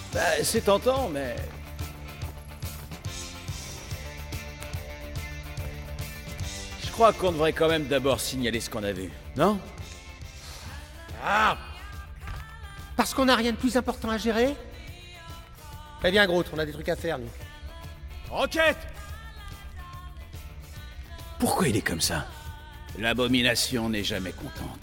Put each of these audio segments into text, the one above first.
Bah, c'est tentant, mais... Je crois qu'on devrait quand même d'abord signaler ce qu'on a vu, non? Ah! Parce qu'on n'a rien de plus important à gérer? Eh bien, Groot, on a des trucs à faire, nous. Rocket! Pourquoi il est comme ça? L'abomination n'est jamais contente.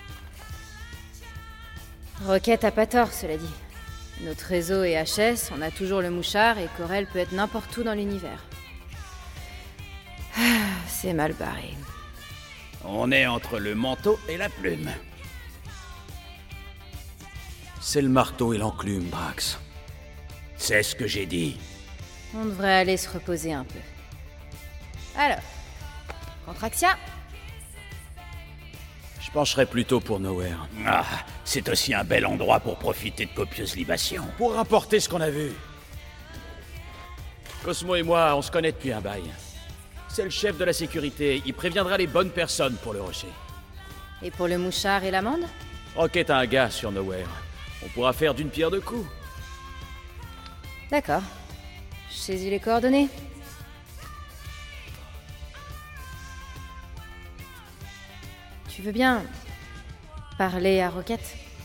Rocket a pas tort, cela dit. Notre réseau est HS, on a toujours le mouchard et Corel peut être n'importe où dans l'univers. Ah, c'est mal barré. On est entre le manteau et la plume. C'est le marteau et l'enclume, Drax. C'est ce que j'ai dit. On devrait aller se reposer un peu. Alors, Contraxia? Je pencherais plutôt pour Nowhere. Ah, c'est aussi un bel endroit pour profiter de copieuses libations. Pour rapporter ce qu'on a vu. Cosmo et moi, on se connaît depuis un bail. C'est le chef de la sécurité, il préviendra les bonnes personnes pour le rocher. Et pour le mouchard et l'amande? Rocket a un gars sur Nowhere. On pourra faire d'une pierre deux coups. D'accord. Je saisis les coordonnées. Tu veux bien parler à Rocket?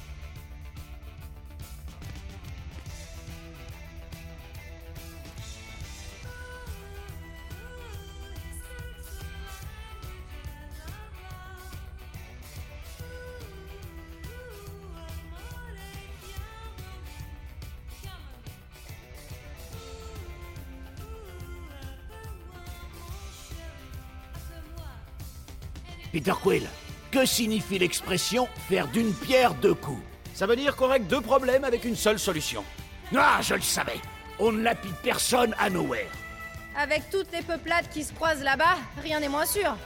Peter Quill, que signifie l'expression « faire d'une pierre deux coups » ? Ça veut dire qu'on règle deux problèmes avec une seule solution. Ah, je le savais. On ne lapide personne à Nowhere. Avec toutes les peuplades qui se croisent là-bas, rien n'est moins sûr.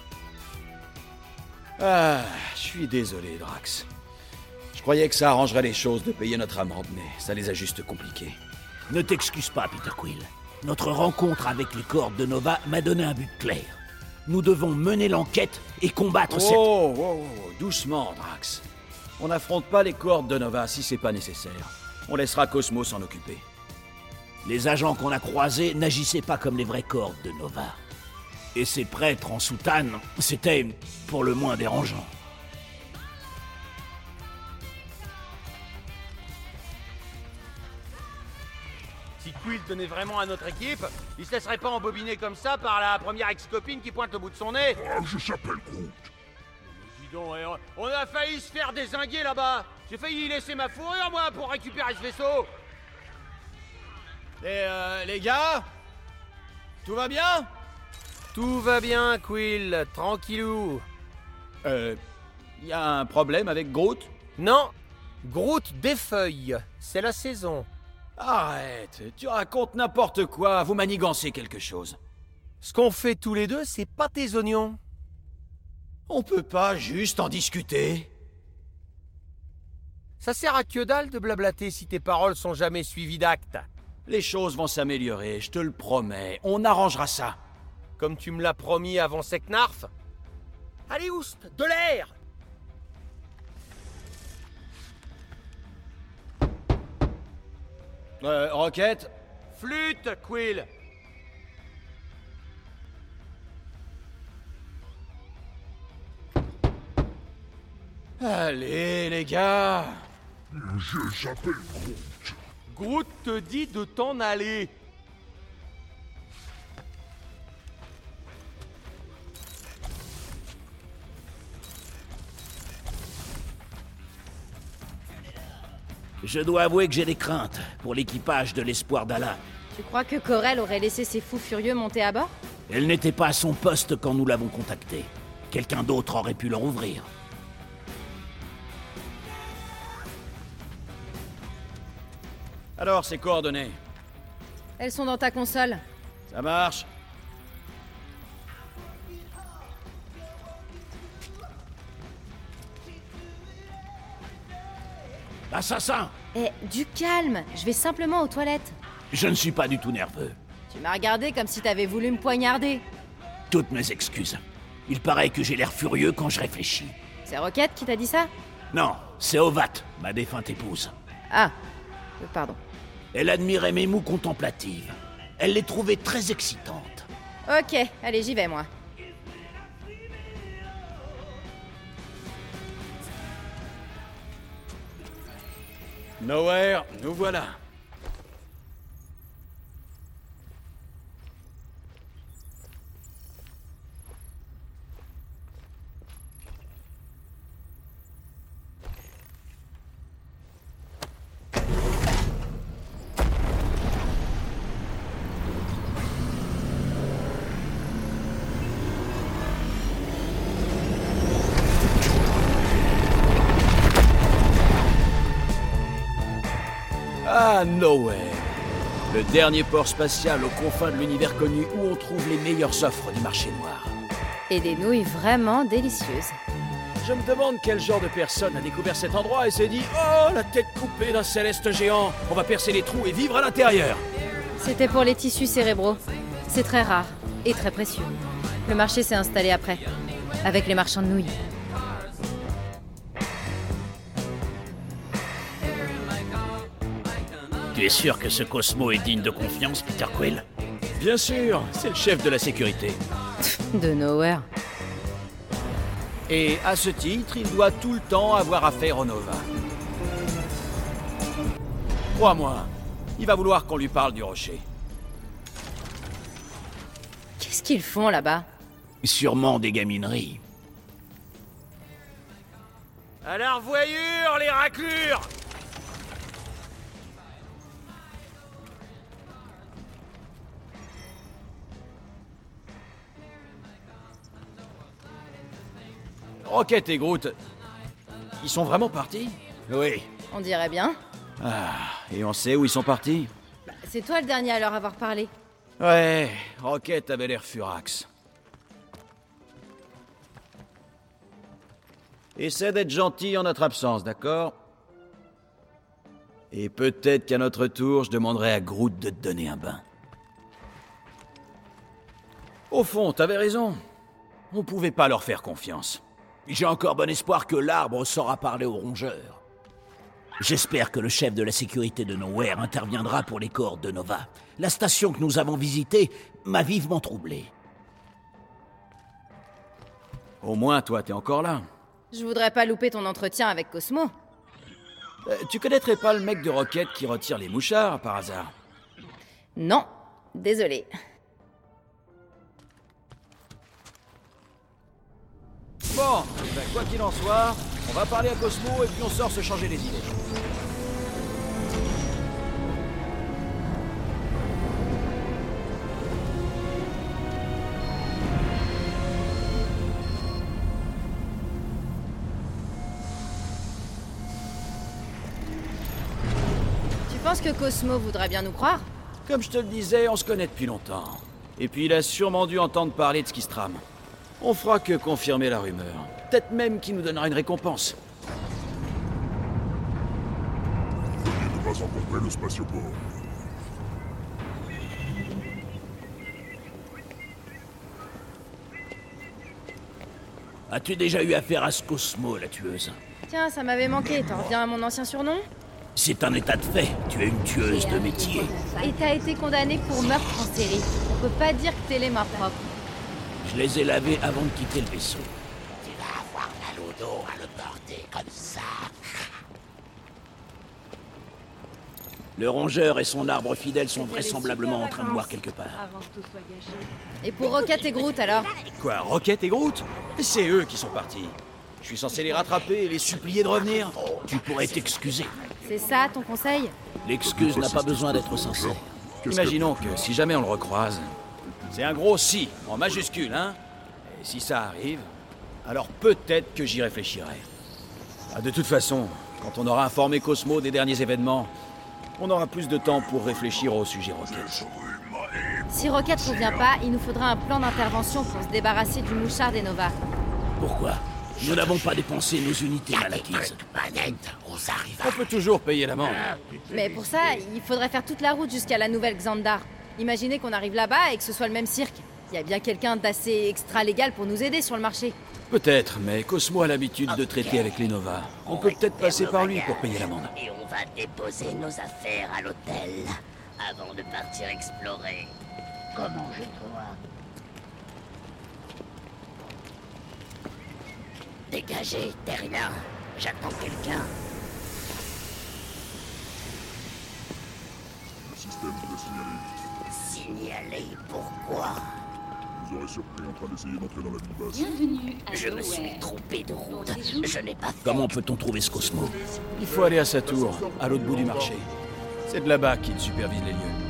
Ah, je suis désolé, Drax. Je croyais que ça arrangerait les choses de payer notre amende, mais ça les a juste compliquées. Ne t'excuse pas, Peter Quill. Notre rencontre avec les cohortes de Nova m'a donné un but clair. Nous devons mener l'enquête et combattre cette... Oh, doucement, Drax. On n'affronte pas les cohortes de Nova si c'est pas nécessaire. On laissera Cosmo s'en occuper. Les agents qu'on a croisés n'agissaient pas comme les vrais cohortes de Nova. Et ces prêtres en soutane, c'était pour le moins dérangeant. Si Quill tenait vraiment à notre équipe, il se laisserait pas embobiner comme ça par la première ex-copine qui pointe au bout de son nez. Je s'appelle Groot. Dis donc, on a failli se faire dézinguer là-bas. J'ai failli y laisser ma fourrure, moi, pour récupérer ce vaisseau. Les gars? Tout va bien? Tout va bien, Quill, tranquillou. Y a un problème avec Groot? Non, Groot défeuille, c'est la saison. Arrête, tu racontes n'importe quoi, vous manigancez quelque chose. Ce qu'on fait tous les deux, c'est pas tes oignons. On peut pas juste en discuter? Ça sert à que dalle de blablater si tes paroles sont jamais suivies d'actes. Les choses vont s'améliorer, je te le promets, on arrangera ça. Comme tu me l'as promis avant Seknarf. Allez, oust, de l'air! Rocket? Flûte, Quill. Allez, les gars! Je s'appelle Groot. Groot te dit de t'en aller. Je dois avouer que j'ai des craintes pour l'équipage de l'Espoir d'Allah. Tu crois que Corel aurait laissé ses fous furieux monter à bord? Elle n'était pas à son poste quand nous l'avons contactée. Quelqu'un d'autre aurait pu leur ouvrir. Alors, ces coordonnées? Elles sont dans ta console. Ça marche? Assassin! Eh, du calme. Je vais simplement aux toilettes. Je ne suis pas du tout nerveux. Tu m'as regardé comme si t'avais voulu me poignarder. Toutes mes excuses. Il paraît que j'ai l'air furieux quand je réfléchis. C'est Rocket qui t'a dit ça? Non, c'est Ovat, ma défunte épouse. Ah, pardon. Elle admirait mes mots contemplatives. Elle les trouvait très excitantes. Ok, allez, j'y vais, moi. Nowhere, nous voilà. Ah, Nowhere. Le dernier port spatial aux confins de l'univers connu où on trouve les meilleures offres du marché noir. Et des nouilles vraiment délicieuses. Je me demande quel genre de personne a découvert cet endroit et s'est dit « Oh, la tête coupée d'un céleste géant. On va percer les trous et vivre à l'intérieur. » C'était pour les tissus cérébraux. C'est très rare et très précieux. Le marché s'est installé après, avec les marchands de nouilles. Tu es sûr que ce Cosmo est digne de confiance, Peter Quill? Bien sûr, c'est le chef de la sécurité. De Nowhere. Et à ce titre, il doit tout le temps avoir affaire au Nova. Crois-moi, il va vouloir qu'on lui parle du rocher. Qu'est-ce qu'ils font là-bas? Sûrement des gamineries. À la revoyure, les raclures! Rocket et Groot, ils sont vraiment partis? Oui. On dirait bien. Ah, et on sait où ils sont partis? C'est toi le dernier à leur avoir parlé. Ouais, Rocket avait l'air furax. Essaie d'être gentil en notre absence, d'accord? Et peut-être qu'à notre tour, je demanderai à Groot de te donner un bain. Au fond, t'avais raison. On pouvait pas leur faire confiance. J'ai encore bon espoir que l'arbre saura parler aux rongeurs. J'espère que le chef de la sécurité de Nowhere interviendra pour les cohortes de Nova. La station que nous avons visitée m'a vivement troublé. Au moins, toi, t'es encore là. Je voudrais pas louper ton entretien avec Cosmo. Tu connaîtrais pas le mec de Rocket qui retire les mouchards, par hasard? Non, désolé. Bon, ben, quoi qu'il en soit, on va parler à Cosmo et puis on sort se changer les idées. Tu penses que Cosmo voudrait bien nous croire? Comme je te le disais, on se connaît depuis longtemps. Et puis il a sûrement dû entendre parler de ce qui se trame. On fera que confirmer la rumeur. Peut-être même qu'il nous donnera une récompense. Veuillez ne pas encombrer le spatioport. As-tu déjà eu affaire à ce Cosmo, la tueuse? Tiens, ça m'avait manqué. T'en reviens à mon ancien surnom? C'est un état de fait. Tu es une tueuse de métier. Et t'as été condamné pour meurtre en série. On peut pas dire que t'es les mains propres. Je les ai lavés avant de quitter le vaisseau. Tu vas avoir mal au dos à le porter comme ça. Le rongeur et son arbre fidèle sont vraisemblablement en train de boire quelque part. Et pour Rocket et Groot alors? Quoi, Rocket et Groot? C'est eux qui sont partis. Je suis censé les rattraper et les supplier de revenir. Tu pourrais t'excuser. C'est ça ton conseil? L'excuse n'a pas besoin d'être sincère. Imaginons que si jamais on le recroise, c'est un gros si, en majuscule, hein? Et si ça arrive, alors peut-être que j'y réfléchirai. Ah, de toute façon, quand on aura informé Cosmo des derniers événements, on aura plus de temps pour réfléchir au sujet Rocket. Si Rocket revient pas, il nous faudra un plan d'intervention pour se débarrasser du mouchard des Nova. Pourquoi? Nous n'avons pas dépensé nos unités mal acquises. Manette, on s'arrive On peut toujours payer l'amende. Mais pour ça, il faudrait faire toute la route jusqu'à la nouvelle Xandar. Imaginez qu'on arrive là-bas et que ce soit le même cirque. Il y a bien quelqu'un d'assez extra-légal pour nous aider sur le marché. Peut-être, mais Cosmo a l'habitude de traiter avec les Nova. On peut peut-être passer par lui pour payer l'amende. Et on va déposer nos affaires à l'hôtel avant de partir explorer. Comment je dois? Dégagez, Terrina. J'attends quelqu'un. Le système vous a signalé. Signaler pourquoi? Vous aurez surpris en train d'essayer d'entrer dans la ville basse. Bienvenue à Je me Nowhere. suis trompé de route. Je n'ai pas fait. Comment peut-on trouver ce Cosmo? Il faut aller à sa tour, à l'autre bout du marché. C'est de là-bas qu'il supervise les lieux.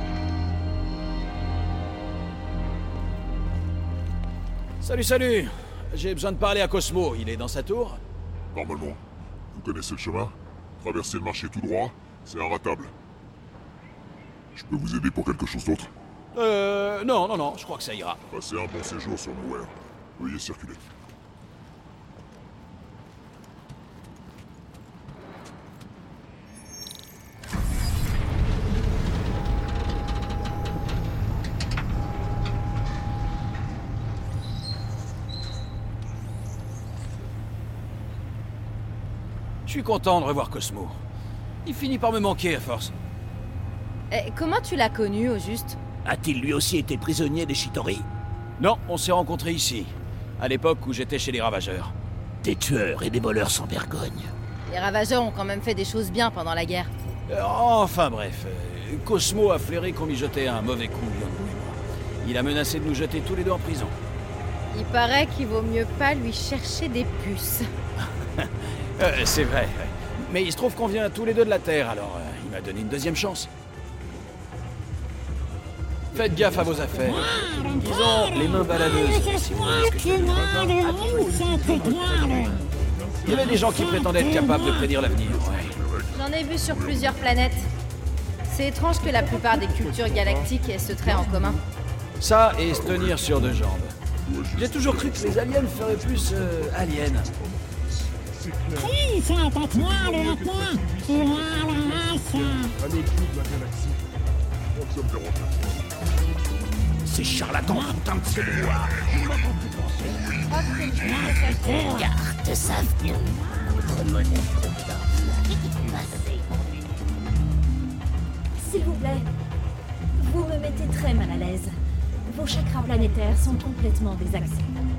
Salut, salut! J'ai besoin de parler à Cosmo. Il est dans sa tour? Normalement. Vous connaissez le chemin? Traverser le marché tout droit, c'est inratable. Je peux vous aider pour quelque chose d'autre? Non, je crois que ça ira. Passez un bon séjour sur Nowhere. Veuillez circuler. Je suis content de revoir Cosmo. Il finit par me manquer à force. Comment tu l'as connu, au juste? A-t-il lui aussi été prisonnier des Shitori? Non, on s'est rencontrés ici, à l'époque où j'étais chez les Ravageurs. Des tueurs et des voleurs sans vergogne. Les Ravageurs ont quand même fait des choses bien pendant la guerre. Enfin bref, Cosmo a flairé qu'on lui jetait un mauvais coup, Yondu et moi. Il a menacé de nous jeter tous les deux en prison. Il paraît qu'il vaut mieux pas lui chercher des puces. C'est vrai, mais il se trouve qu'on vient tous les deux de la Terre, alors il m'a donné une deuxième chance. Faites gaffe à vos affaires. Ils ont les mains baladeuses, si vous voyez ce que je veux dire. Il y avait des gens qui prétendaient être capables de prédire l'avenir, ouais. J'en ai vu sur plusieurs planètes. C'est étrange que la plupart des cultures galactiques aient ce trait en commun. Ça et se tenir sur deux jambes. J'ai toujours cru que les aliens feraient plus aliens. Qui c'est avec moi le lapin? Tu vois la race? À l'autre bout de la galaxie. Moi, ça me dérange pas. Ces charlatans, putain de celui-là. Garde savent-nous. Notre modeste passé. S'il vous plaît, vous me mettez très mal à l'aise. Vos chakras planétaires sont complètement désactivés.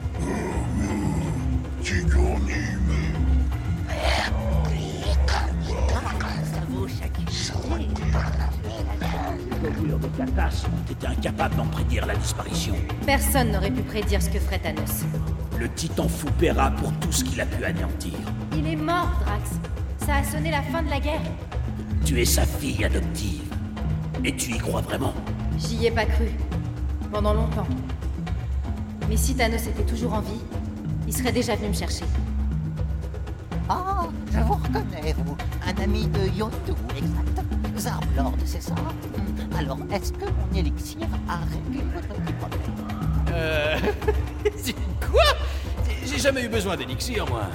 Les figures de Katas ont été incapables d'en prédire la disparition. Personne n'aurait pu prédire ce que ferait Thanos. Le titan fou paiera pour tout ce qu'il a pu anéantir. Il est mort, Drax. Ça a sonné la fin de la guerre. Tu es sa fille adoptive. Et tu y crois vraiment? J'y ai pas cru. Pendant longtemps. Mais si Thanos était toujours en vie, il serait déjà venu me chercher. Ah, je vous reconnais, vous. Un ami de Yondu, exact. Zarblord, c'est ça? Alors, est-ce que mon élixir a réglé votre petit problème? Quoi? J'ai jamais eu besoin d'élixir, moi.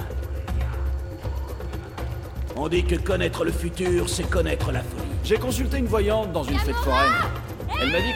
On dit que connaître le futur, c'est connaître la folie. J'ai consulté une voyante dans une fête foraine. Elle m'a dit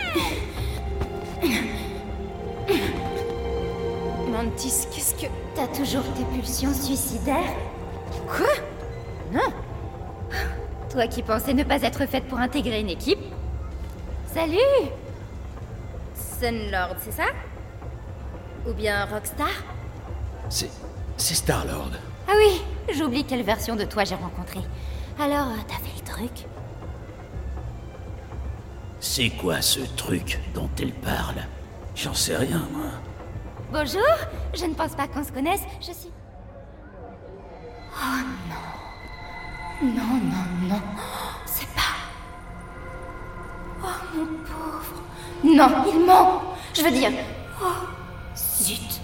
Mantis, qu'est-ce que... T'as toujours tes pulsions suicidaires? Quoi? Non. Toi qui pensais ne pas être faite pour intégrer une équipe? Salut! Sunlord, c'est ça? Ou bien Rockstar? C'est Star-Lord. Ah oui, j'oublie quelle version de toi j'ai rencontré. Alors, t'as fait le truc? C'est quoi ce truc dont elle parle? J'en sais rien, moi. Bonjour, je ne pense pas qu'on se connaisse, je suis... Oh non. Non, c'est pas... Oh mon pauvre... Non, il ment. Je veux dire... Oh, zut.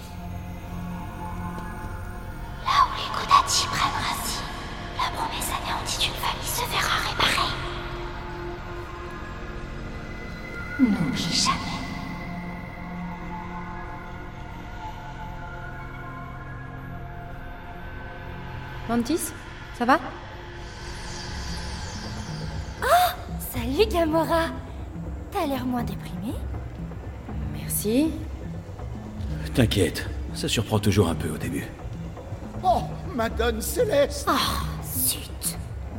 Là où les Kodati prennent racine, la promesse anéantie d'une famille se verra réparée. N'oublie jamais. Mantis, ça va? Oh, salut Gamora. T'as l'air moins déprimée. Merci. T'inquiète, Ça surprend toujours un peu au début. Oh, Madone Céleste! Oh, zut.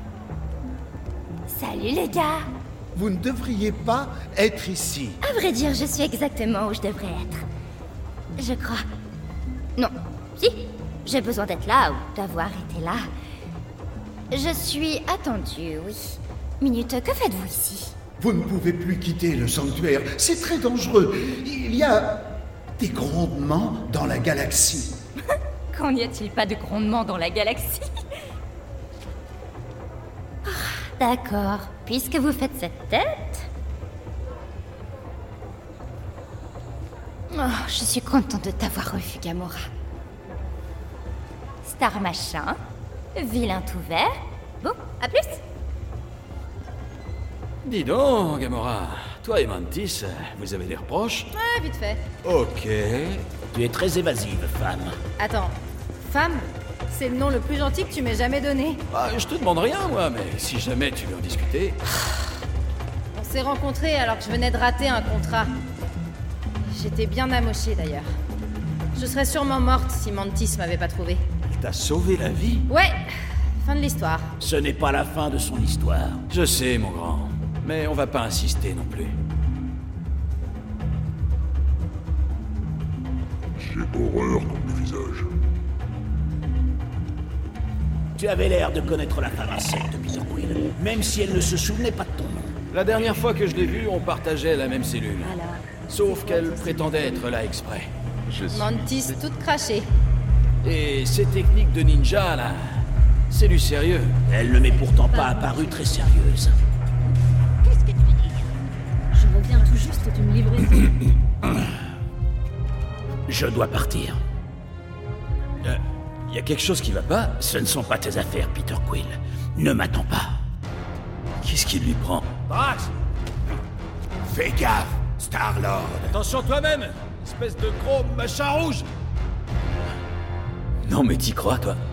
Salut les gars. Vous ne devriez pas être ici. À vrai dire, je suis exactement où je devrais être. Je crois. Non, si. J'ai besoin d'être là ou d'avoir été là. Je suis attendue, oui. Minute, que faites-vous ici? Vous ne pouvez plus quitter le sanctuaire. C'est très dangereux. Il y a des grondements dans la galaxie. Quand n'y a-t-il pas de grondement dans la galaxie? D'accord. Puisque vous faites cette tête... Oh, je suis contente de t'avoir revu, Gamora. Star machin, vilain tout vert. Bon, à plus. Dis donc, Gamora, toi et Mantis, vous avez des reproches? Ouais, vite fait. Ok. Tu es très évasive, femme. Attends, femme, c'est le nom le plus gentil que tu m'aies jamais donné. Ah, je te demande rien, moi, mais si jamais tu veux en discuter... On s'est rencontrés alors que je venais de rater un contrat. J'étais bien amochée d'ailleurs. Je serais sûrement morte si Mantis m'avait pas trouvée. Elle t'a sauvé la vie? Ouais, fin de l'histoire. Ce n'est pas la fin de son histoire. Je sais, mon grand. Mais on va pas insister non plus. J'ai horreur comme le visage. Tu avais l'air de connaître la femme insecte, Peter Quill, même si elle ne se souvenait pas de ton nom. La dernière fois que je l'ai vue, on partageait la même cellule. Sauf qu'elle prétendait être là exprès. Mantis toute crachée. Et ces techniques de ninja, là, c'est du sérieux. Elle ne m'est pourtant pas apparue très sérieuse. Qu'est-ce que tu veux dire? Je reviens tout juste d'une livraison. Je dois partir. Y a quelque chose qui va pas? Ce ne sont pas tes affaires, Peter Quill. Ne m'attends pas. Qu'est-ce qui lui prend? Drax! Fais gaffe, Star-Lord. Attention toi-même, espèce de gros machin rouge! Non mais t'y crois, toi?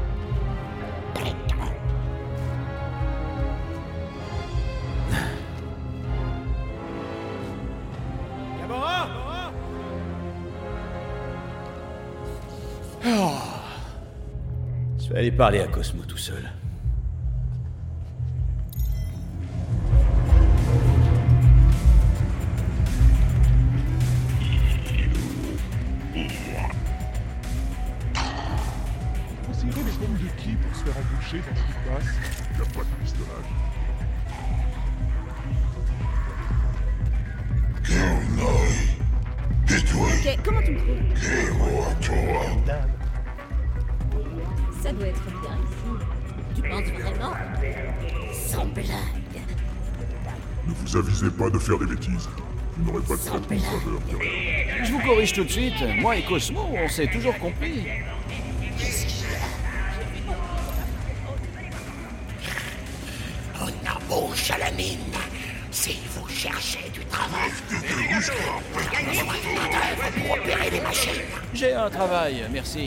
Gamora! Je vais aller parler à Cosmo tout seul. Vous irez les pommes de qui pour se faire embaucher dans la place? Il n'y a pas de pistonnage. Ok, comment tu me trouves? Ça doit être bien ici. Tu penses vraiment? Sans blague. Ne vous avisez pas de faire des bêtises. Vous n'aurez pas de traitement faveur, Pierre. Je vous corrige tout de suite, moi et Cosmo, on s'est toujours compris. On embauche à la mine. Si vous cherchez du travail, pour opérer les machines. J'ai un travail, merci.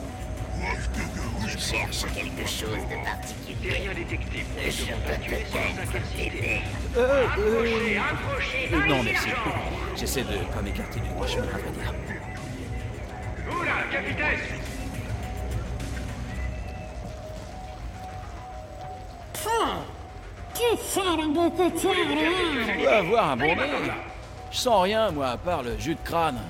Je cherche quelque chose de particulier. Je peux peut-être t'aider. Non, merci. J'essaie de pas m'écarter du droit chemin, à vrai dire. Oula, capitaine! Tu sers beaucoup de toi, Tu dois avoir un bon nez. Je sens rien, moi, à part le jus de crâne.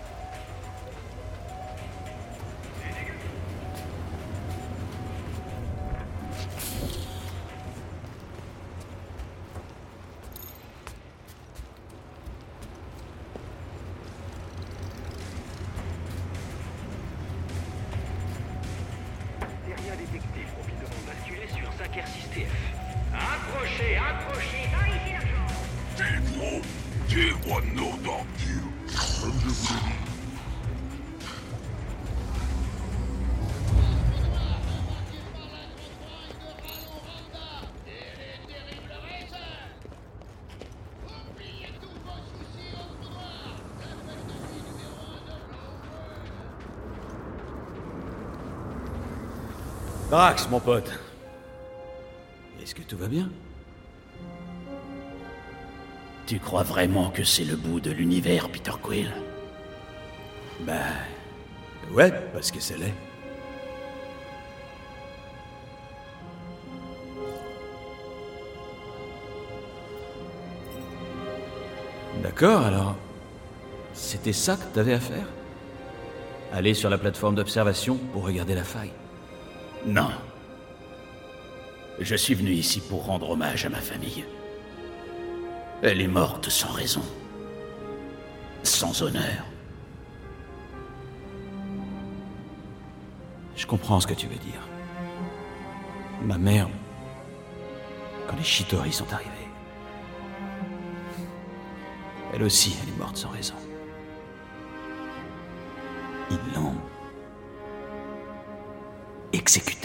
Terrien détecté, profitement basculé sur 5 R6TF. Approchez, approchez, par ici l'argent! Dis-moi non dans Dieu. Comme je vous l'ai dit. Drax, mon pote. Est-ce que tout va bien? Tu crois vraiment que c'est le bout de l'univers, Peter Quill? Bah... Ouais, parce que c'est laid. D'accord, alors... C'était ça que t'avais à faire? Aller sur la plateforme d'observation pour regarder la faille? Non. Je suis venu ici pour rendre hommage à ma famille. Elle est morte sans raison. Sans honneur. Je comprends ce que tu veux dire. Ma mère... Quand les Chitauri sont arrivés... Elle aussi, elle est morte sans raison. Ils l'ont... exécutée.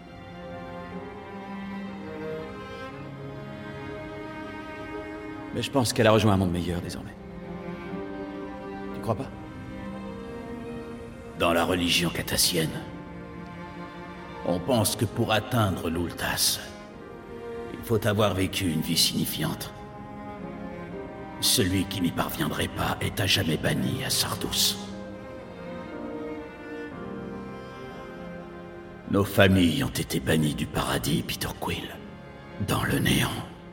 Mais je pense qu'elle a rejoint un monde meilleur désormais. Tu crois pas? Dans la religion catassienne, on pense que pour atteindre l'Ultas, il faut avoir vécu une vie signifiante. Celui qui n'y parviendrait pas est à jamais banni à Sardus. Nos familles ont été bannies du paradis, Peter Quill, dans le néant.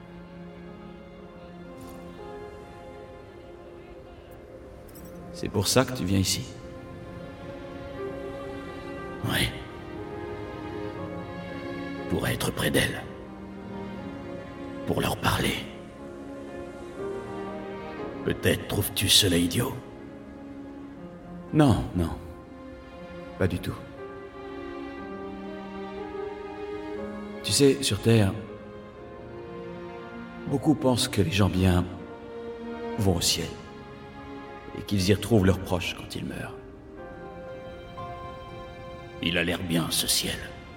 C'est pour ça que tu viens ici? Oui. Pour être près d'elles. Pour leur parler. Peut-être trouves-tu cela idiot? Non, non. Pas du tout. Tu sais, sur Terre, beaucoup pensent que les gens bien vont au ciel et qu'ils y retrouvent leurs proches quand ils meurent. Il a l'air bien, ce ciel.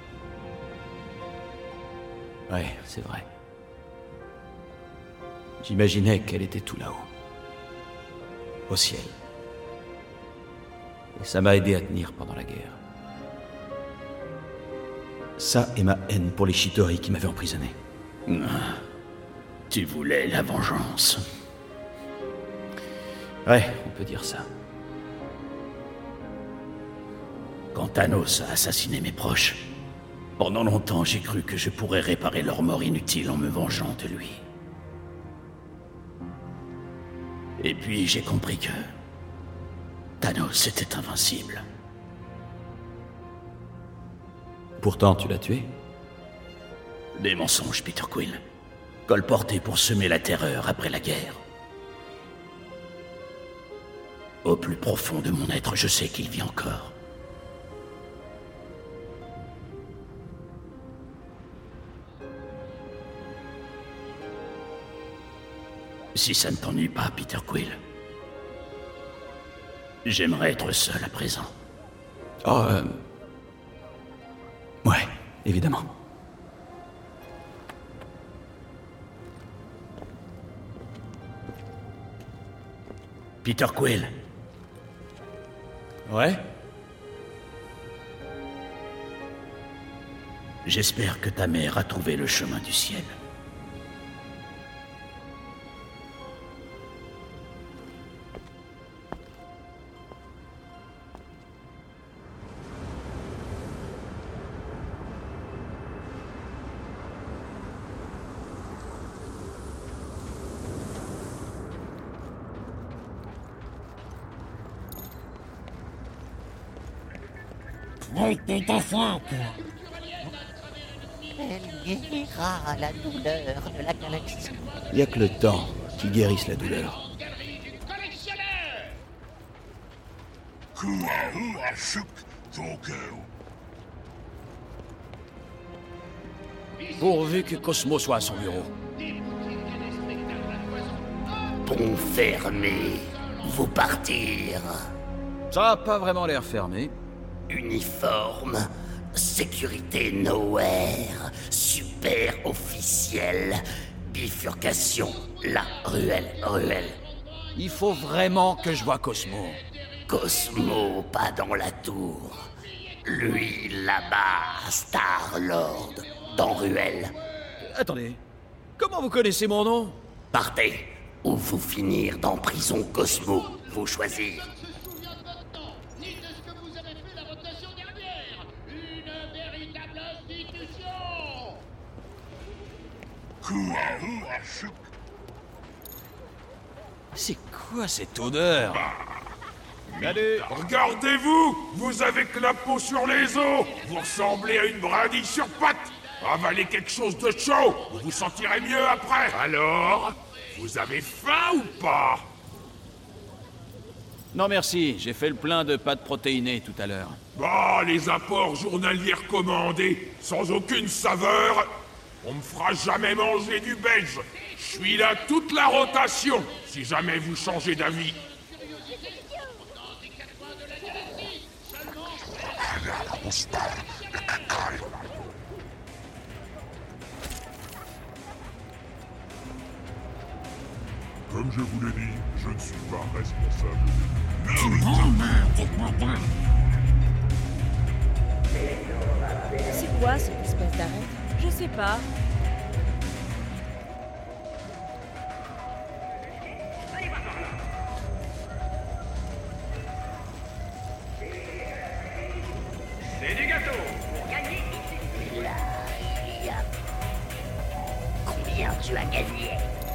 Ouais, c'est vrai. J'imaginais qu'elle était tout là-haut. Au ciel. Et ça m'a aidé à tenir pendant la guerre. Ça et ma haine pour les Chitauri qui m'avaient emprisonné. Ah, tu voulais la vengeance. Ouais, on peut dire ça. Quand Thanos a assassiné mes proches, pendant longtemps j'ai cru que je pourrais réparer leur mort inutile en me vengeant de lui. Et puis j'ai compris que Thanos était invincible. Pourtant, tu l'as tué? Des mensonges, Peter Quill. Colportés pour semer la terreur après la guerre. Au plus profond de mon être, je sais qu'il vit encore. Si ça ne t'ennuie pas, Peter Quill, j'aimerais être seul à présent. Oh, ouais, évidemment. Peter Quill. Ouais? J'espère que ta mère a trouvé le chemin du ciel. Elle guérira la douleur de la galaxie. Il n'y a que le temps qui guérisse la douleur. Pourvu que Cosmo soit à son bureau. Pont fermé. Vous partir. Ça a pas vraiment l'air fermé. Uniforme. Sécurité nowhere. Super officiel. Bifurcation. La ruelle. Il faut vraiment que je voie Cosmo. Cosmo, pas dans la tour. Lui, là-bas, Star-Lord, dans ruelle. Attendez, comment vous connaissez mon nom? Partez, ou vous finir dans prison Cosmo. Vous choisir. C'est quoi cette odeur? Salut! Regardez-vous! Vous avez que la peau sur les os! Vous ressemblez à une brindille sur pattes! Avalez quelque chose de chaud! Vous vous sentirez mieux après! Alors? Vous avez faim ou pas? Non merci, j'ai fait le plein de pâtes protéinées tout à l'heure. Bah, les apports journaliers recommandés, sans aucune saveur. On me fera jamais manger du belge. Je suis là toute la rotation, si jamais vous changez d'avis. Comme je vous l'ai dit, je ne suis pas responsable. C'est quoi cette espèce d'arête? Je sais pas. C'est du gâteau. Pour gagner ici. Là, il y a... Combien tu as gagné?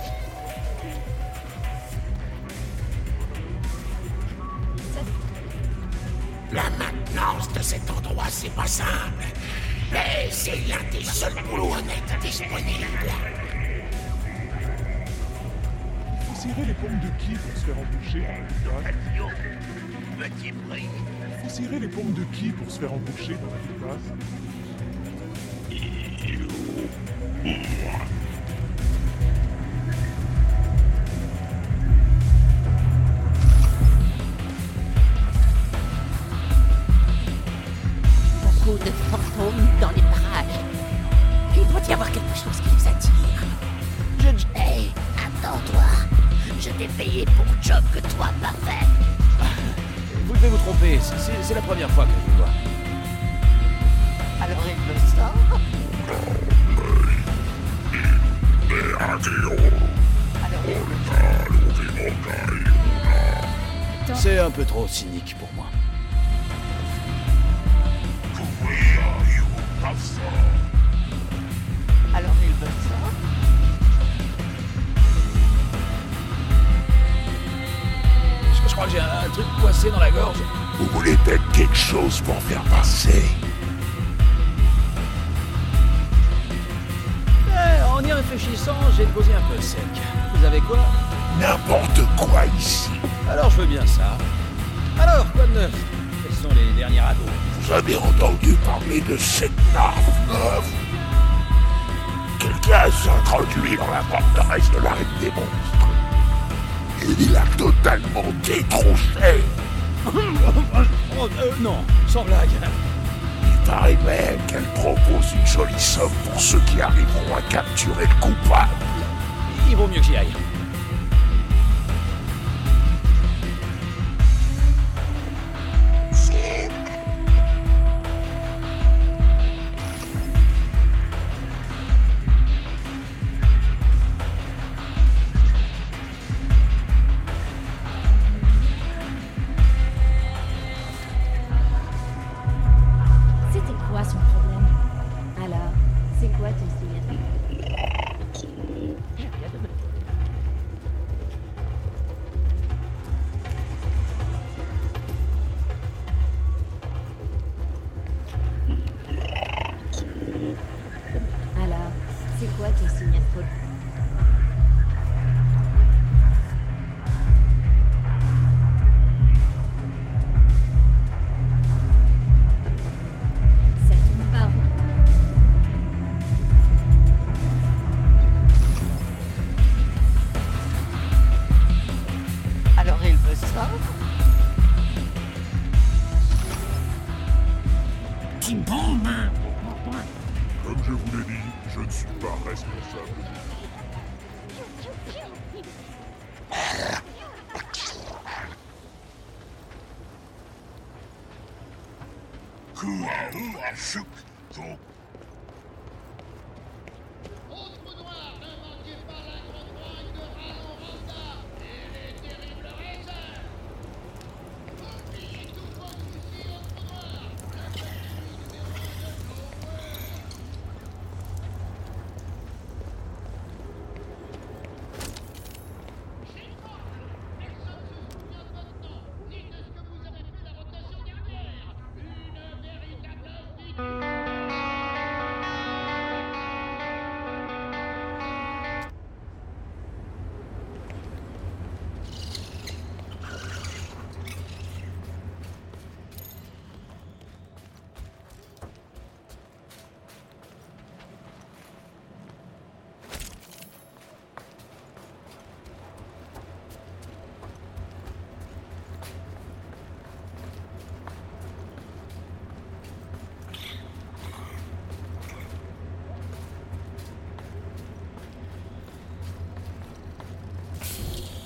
La maintenance de cet endroit, c'est pas simple. Mais c'est l'un des seuls boulots honnêtes disponibles. Faut cirer les paumes de qui pour se faire embaucher dans la ville basse? Petit bruit. Faut cirer les paumes de qui pour se faire embaucher dans la ville basse? De fantômes dans les parages. Il doit y avoir quelque chose qui les attire. Hey, attends-toi. Je t'ai payé pour le job que toi pas fait. Vous devez vous tromper, c'est la première fois que je vous vois. Alors il me sort. C'est un peu trop cynique pour moi. Alors il me sort. Je crois que j'ai un truc coincé dans la gorge. Vous voulez peut-être quelque chose pour faire passer? En y réfléchissant, j'ai le gosier un peu sec. Vous avez quoi? N'importe quoi ici. Alors je veux bien ça. Alors, quoi de neuf? Quels sont les derniers ragots? Vous avez entendu parler de cette narve neuve? Quelqu'un s'est introduit dans la forteresse de la Reine des Monstres. Et il a totalement détronché. Non, sans blague. Il paraît même qu'elle propose une jolie somme pour ceux qui arriveront à capturer le coupable. Il vaut mieux que j'y aille. Comme je vous l'ai dit, je ne suis pas responsable.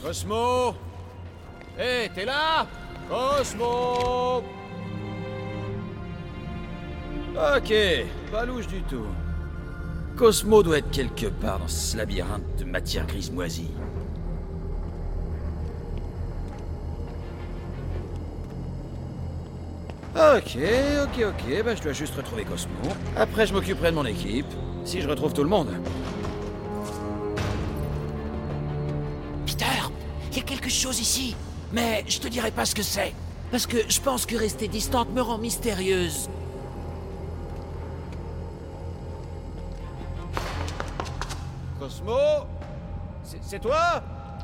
Cosmo! Hé, t'es là? Cosmo! Ok, pas louche du tout. Cosmo doit être quelque part dans ce labyrinthe de matière grise moisie. Ok, bah je dois juste retrouver Cosmo. Après, je m'occuperai de mon équipe, si je retrouve tout le monde. Peter, il y a quelque chose ici, mais je te dirai pas ce que c'est. Parce que je pense que rester distante me rend mystérieuse. Cosmo? C'est toi?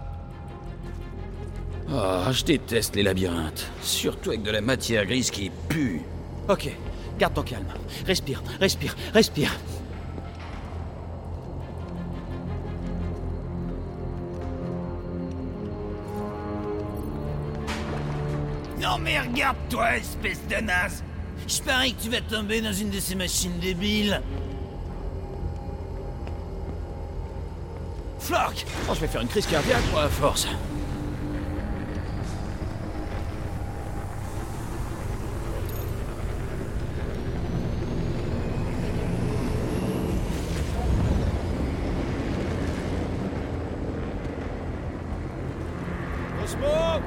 Oh, je déteste les labyrinthes. Surtout avec de la matière grise qui pue. Ok, garde ton calme. Respire, respire, respire. Non mais regarde-toi, espèce de naze. Je parie que tu vas tomber dans une de ces machines débiles. Flock! Oh, je vais faire une crise cardiaque pour la force. Cosmo!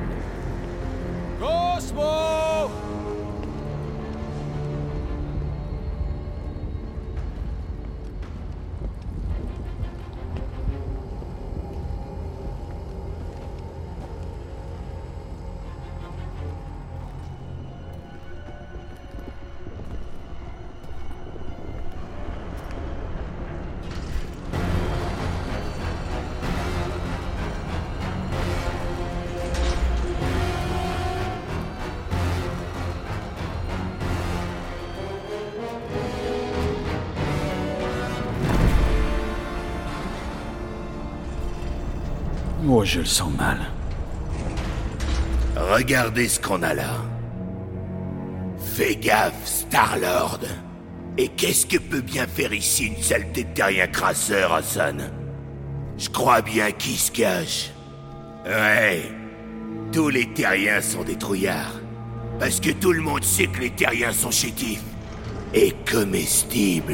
Cosmo! Oh, je le sens mal. Regardez ce qu'on a là. Fais gaffe, Star-Lord. Et qu'est-ce que peut bien faire ici une saleté de terrien crasseur, Hassan? Je crois bien qu'il se cache. Ouais. Tous les terriens sont des trouillards. Parce que tout le monde sait que les terriens sont chétifs. Et comestibles.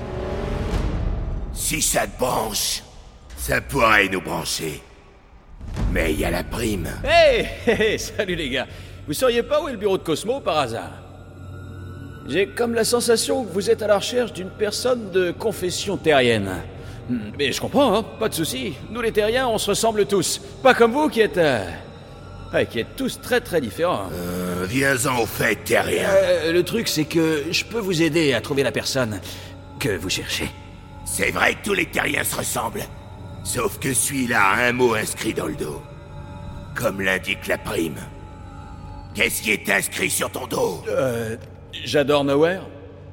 Si ça te branche, ça pourrait nous brancher. Mais il y a la prime. Hey, salut les gars. Vous sauriez pas où est le bureau de Cosmo par hasard? J'ai comme la sensation que vous êtes à la recherche d'une personne de confession terrienne. Mais je comprends, hein, pas de souci. Nous les terriens, on se ressemble tous. Pas comme vous qui êtes... qui êtes tous très très différents. Viens-en au fait, terrien. Le truc, c'est que je peux vous aider à trouver la personne que vous cherchez. C'est vrai que tous les terriens se ressemblent. Sauf que celui-là a un mot inscrit dans le dos. Comme l'indique la prime. Qu'est-ce qui est inscrit sur ton dos? J'adore Nowhere.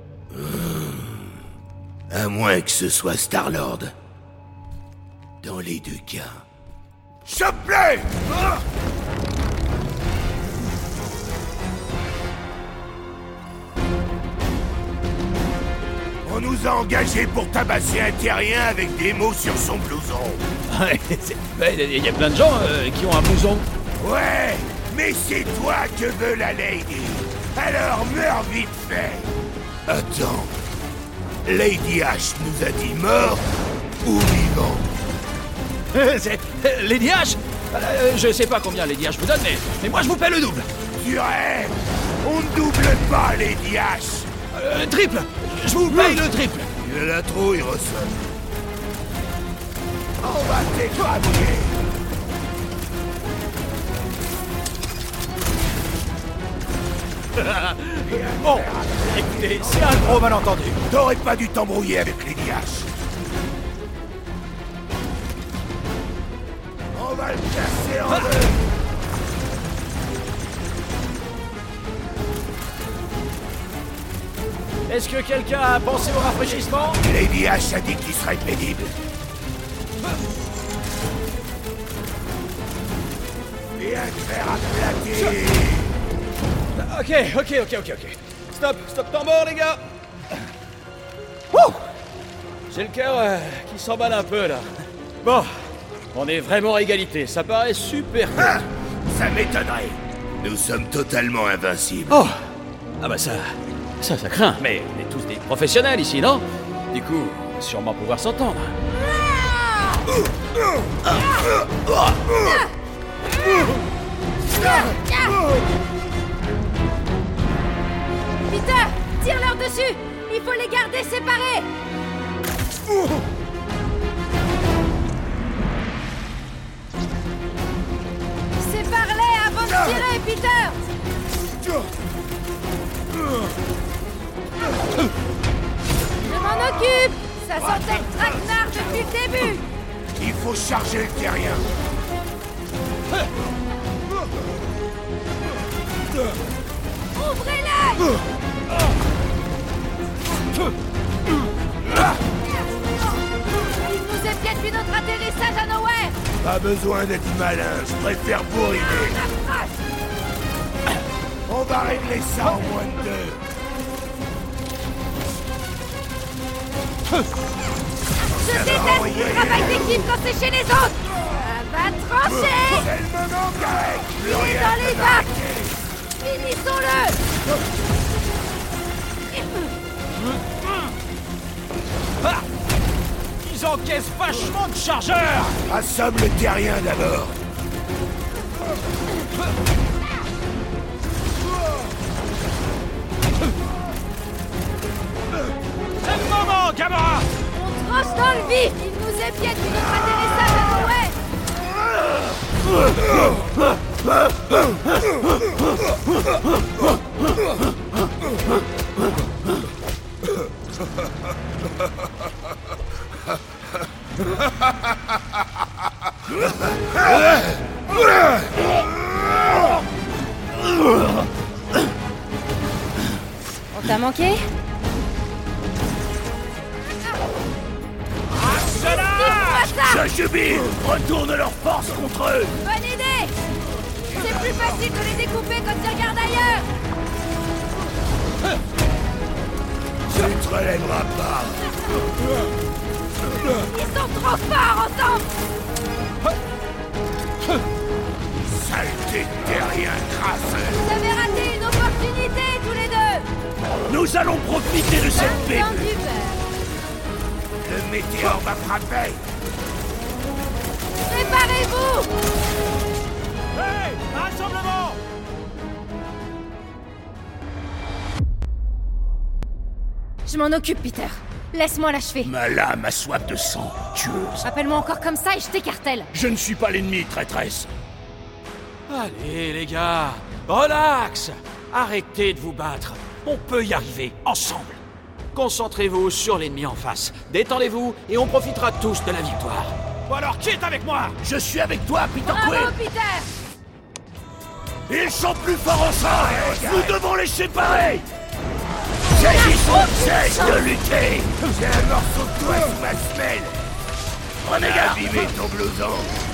À moins que ce soit Star-Lord. Dans les deux cas. Chope-le! On nous a engagés pour tabasser un terrien avec des mots sur son blouson. Il y a plein de gens qui ont un blouson. Ouais, mais c'est toi que veut la Lady. Alors meurs vite fait. Attends. Lady H nous a dit mort ou vivant? Lady H? Je sais pas combien Lady H vous donne, mais moi je vous paie le double. Tu rêves? On ne double pas Lady H. Triple! Je vous paye le triple! Il a la trouille, Russell. On va t'écraser! Bon, écoutez, c'est un gros malentendu. T'aurais pas dû t'embrouiller avec Lady H. On va le casser en deux. Est-ce que quelqu'un a pensé au rafraîchissement? Lady H a dit qu'il serait pénible. Bien te faire aplatir. Ok. Stop temps mort, les gars. Wouh! J'ai le cœur qui s'emballe un peu, là. Bon, On est vraiment à égalité, ça paraît super cool. Ah, ça m'étonnerait. Nous sommes totalement invincibles. Oh! Ah bah ça craint. Mais on est tous des professionnels ici, non? Du coup, on va sûrement pouvoir s'entendre. Peter, tire-leur dessus! Il faut les garder séparés! Sépare-les avant de tirer, Peter! Je m'en occupe! Ça sentait le traquenard depuis le début! Il faut charger le terrien. Ouvrez-les! Il nous épiait depuis notre atterrissage à Nowhere! Pas besoin d'être malin, je préfère bourriner. On va régler ça en moins de 2. Je déteste le travail d'équipe quand c'est chez les autres! Ça va trancher! C'est le moment, Garek! Il est dans les bacs! Finissons-le! Ah! Ils encaissent vachement de chargeurs! Assomme le terrien d'abord. C'est le moment, Gamora! On tranche dans le vif! Il nous épiait depuis notre atterrissage à Nowhere! On t'a manqué? Ça jubile! Retourne leur force contre eux! Bonne idée! C'est plus facile de les découper quand ils regardent ailleurs! Tu ne te relèveras pas! Ils sont trop forts ensemble! Saleté de terrien crasseux! Vous avez raté une opportunité tous les deux! Nous allons profiter de cette paix! Dans du beurre. Le météore va frapper! Préparez-vous! Hey! Rassemblement! Je m'en occupe, Peter. Laisse-moi l'achever. Ma lame a soif de sang, tueuse. Appelle-moi encore comme ça et je t'écartèle. Je ne suis pas l'ennemi, traîtresse. Allez, les gars, relax! Arrêtez de vous battre. On peut y arriver, ensemble. Concentrez-vous sur l'ennemi en face. Détendez-vous et on profitera tous de la victoire. Bon alors, qui est avec moi? Je suis avec toi, Peter Bravo, Quill. Peter! Ils sont plus forts ensemble. Nous devons les séparer. Cesse de lutter. J'ai un morceau de toi sous ma semelle. Prenez garde. Abîmé ton blouson.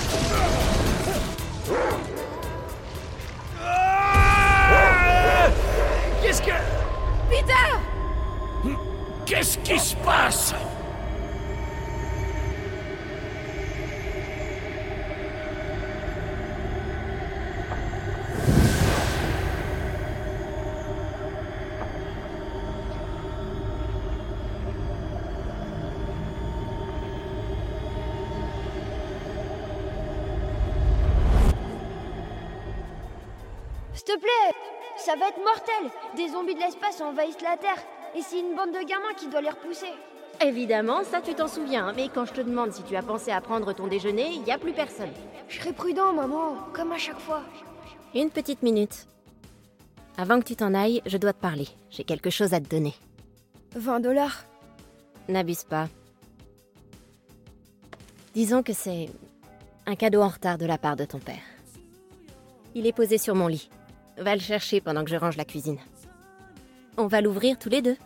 Qu'est-ce que... Peter! Qu'est-ce qui se passe? S'il te plaît, ça va être mortel. Des zombies de l'espace envahissent la Terre. Et c'est une bande de gamins qui doit les repousser. Évidemment, ça tu t'en souviens, mais quand je te demande si tu as pensé à prendre ton déjeuner, il n'y a plus personne. Je serai prudent, maman, comme à chaque fois. Une petite minute. Avant que tu t'en ailles, je dois te parler. J'ai quelque chose à te donner. $20. N'abuse pas. Disons que c'est un cadeau en retard de la part de ton père. Il est posé sur mon lit. Va le chercher pendant que je range la cuisine. On va l'ouvrir tous les deux.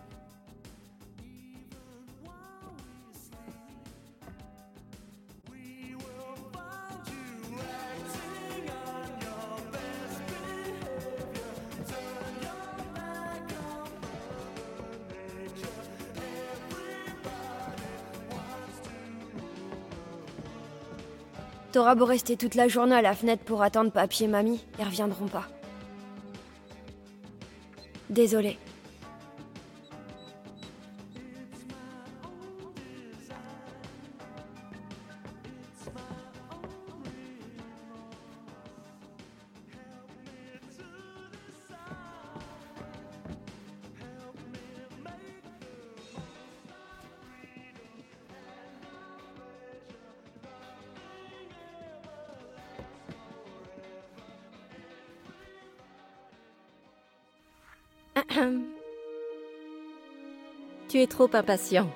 T'auras beau rester toute la journée à la fenêtre pour attendre papy et mamie, ils reviendront pas. Désolée. Tu es trop impatient.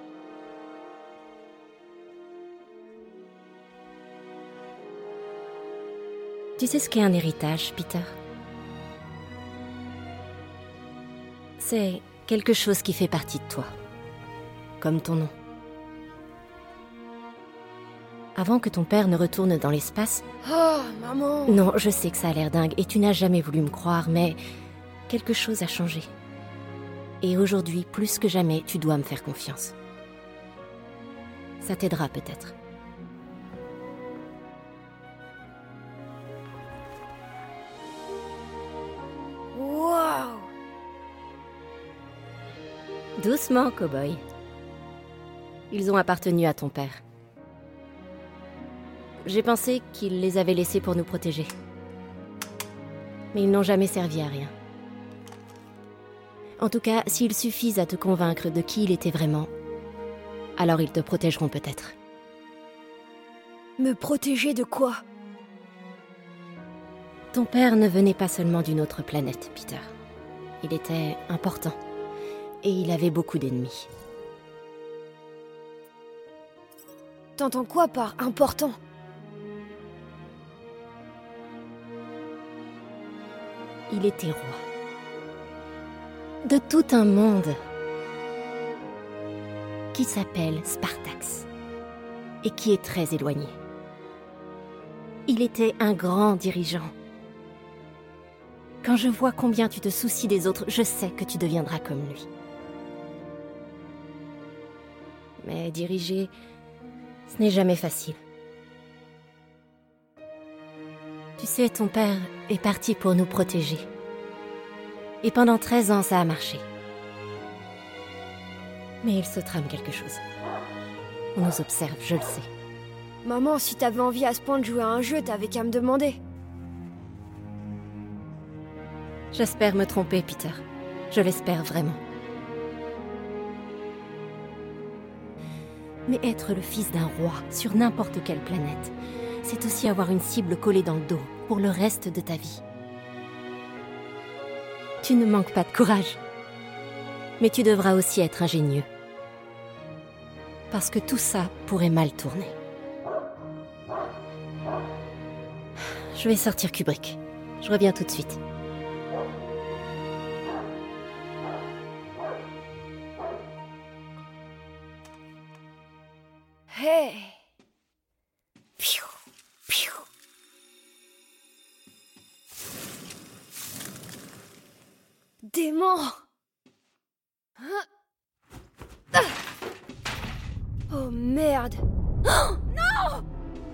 Tu sais ce qu'est un héritage, Peter? C'est quelque chose qui fait partie de toi. Comme ton nom. Avant que ton père ne retourne dans l'espace... Oh, maman! Non, je sais que ça a l'air dingue et tu n'as jamais voulu me croire, mais... quelque chose a changé. Et aujourd'hui, plus que jamais, tu dois me faire confiance. Ça t'aidera peut-être. Waouh! Doucement, cow-boy. Ils ont appartenu à ton père. J'ai pensé qu'il les avait laissés pour nous protéger. Mais ils n'ont jamais servi à rien. En tout cas, s'ils suffisent à te convaincre de qui il était vraiment, alors ils te protégeront peut-être. Me protéger de quoi? Ton père ne venait pas seulement d'une autre planète, Peter. Il était important. Et il avait beaucoup d'ennemis. T'entends quoi par important? Il était roi. De tout un monde qui s'appelle Spartax et qui est très éloigné. Il était un grand dirigeant. Quand je vois combien tu te soucies des autres, je sais que tu deviendras comme lui. Mais diriger, ce n'est jamais facile. Tu sais, ton père est parti pour nous protéger. Et pendant 13 ans, ça a marché. Mais il se trame quelque chose. On nous observe, je le sais. Maman, si t'avais envie à ce point de jouer à un jeu, t'avais qu'à me demander. J'espère me tromper, Peter. Je l'espère vraiment. Mais être le fils d'un roi sur n'importe quelle planète, c'est aussi avoir une cible collée dans le dos pour le reste de ta vie. Tu ne manques pas de courage. Mais tu devras aussi être ingénieux. Parce que tout ça pourrait mal tourner. Je vais sortir Kubrick. Je reviens tout de suite. Hey! Piou, piou. Démon! Oh merde! Oh, non!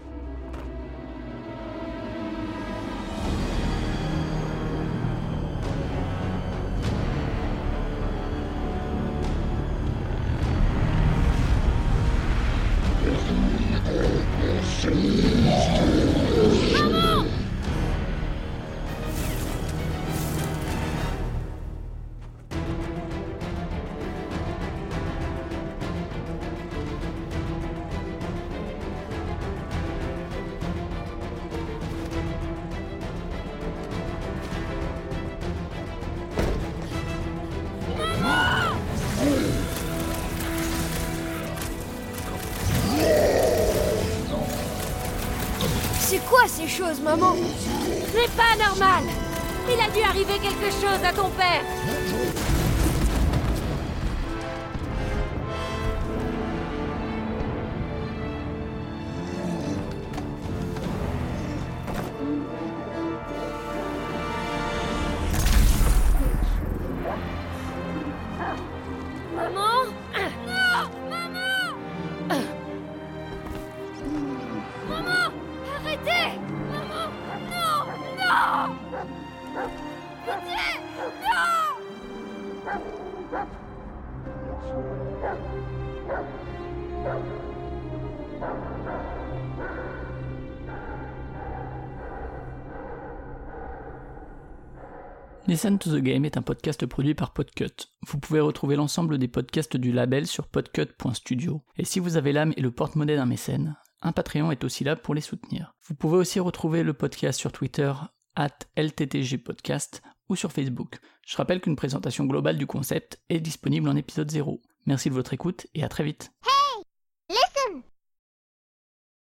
Maman! C'est quoi ces choses, maman? C'est pas normal! Il a dû arriver quelque chose à ton père! Maman? Non! Maman! Maman! Listen to the Game est un podcast produit par Podcut. Vous pouvez retrouver l'ensemble des podcasts du label sur podcut.studio. Et si vous avez l'âme et le porte-monnaie d'un mécène, un Patreon est aussi là pour les soutenir. Vous pouvez aussi retrouver le podcast sur Twitter @LTTGpodcast ou sur Facebook. Je rappelle qu'une présentation globale du concept est disponible en épisode 0. Merci de votre écoute et à très vite.